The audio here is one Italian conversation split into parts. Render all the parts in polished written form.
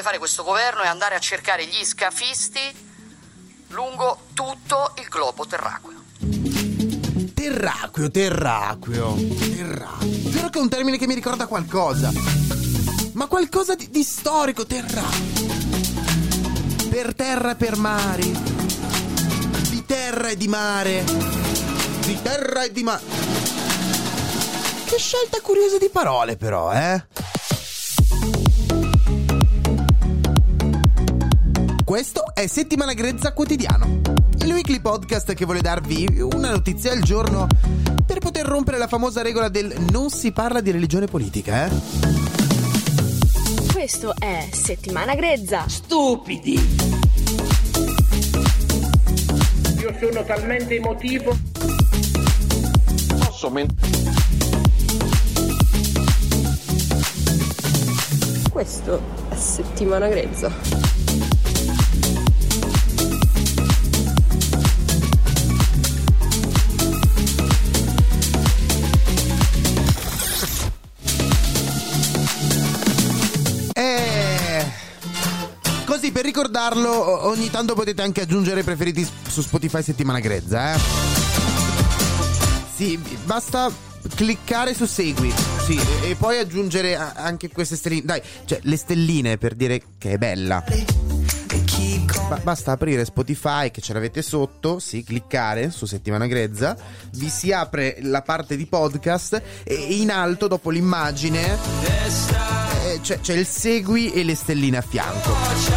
fare questo governo è andare a cercare gli scafisti lungo tutto il globo terracqueo. Terracqueo. Giuro che è un termine che mi ricorda qualcosa. Ma qualcosa di storico, terracqueo. Per terra e per mari. Di terra e di mare. Di terra e di mare. Che scelta curiosa di parole però, Questo è Settimana Grezza Quotidiano, il weekly podcast che vuole darvi una notizia al giorno per poter rompere la famosa regola del non si parla di religione politica, Questo è Settimana Grezza. Stupidi! Io sono talmente emotivo. Questo è Settimana Grezza. Così, per ricordarlo, ogni tanto potete anche aggiungere i preferiti su Spotify Settimana Grezza, Sì, basta cliccare su segui, sì, e poi aggiungere anche queste stelline. Dai, cioè le stelline per dire che è bella. Basta aprire Spotify, che ce l'avete sotto, sì, cliccare su Settimana Grezza, vi si apre la parte di podcast e in alto, dopo l'immagine, c'è il segui e le stelline a fianco.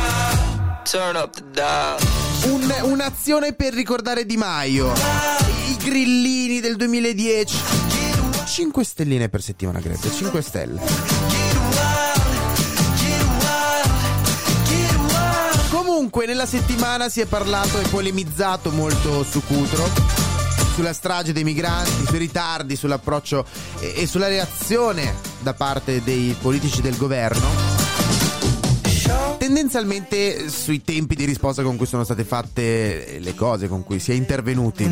Un'azione per ricordare Di Maio, i grillini del 2010. 5 stelline per Settimana Grezza, 5 stelle. Comunque nella settimana si è parlato e polemizzato molto su Cutro, sulla strage dei migranti, sui ritardi, sull'approccio e sulla reazione da parte dei politici del governo, tendenzialmente sui tempi di risposta con cui sono state fatte le cose, con cui si è intervenuti.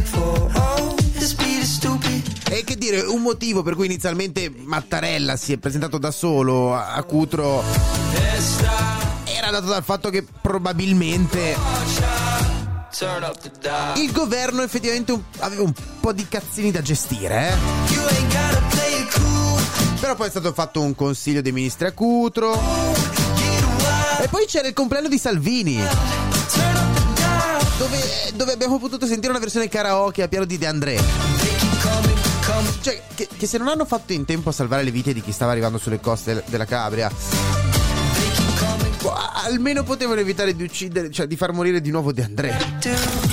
E che dire, un motivo per cui inizialmente Mattarella si è presentato da solo a Cutro era dato dal fatto che probabilmente il governo effettivamente aveva un po' di cazzini da gestire, Però poi è stato fatto un consiglio dei ministri a Cutro e poi c'era il compleanno di Salvini, dove abbiamo potuto sentire una versione karaoke a piano di De André. Cioè, che se non hanno fatto in tempo a salvare le vite di chi stava arrivando sulle coste della Calabria, almeno potevano evitare di uccidere, cioè di far morire di nuovo De André.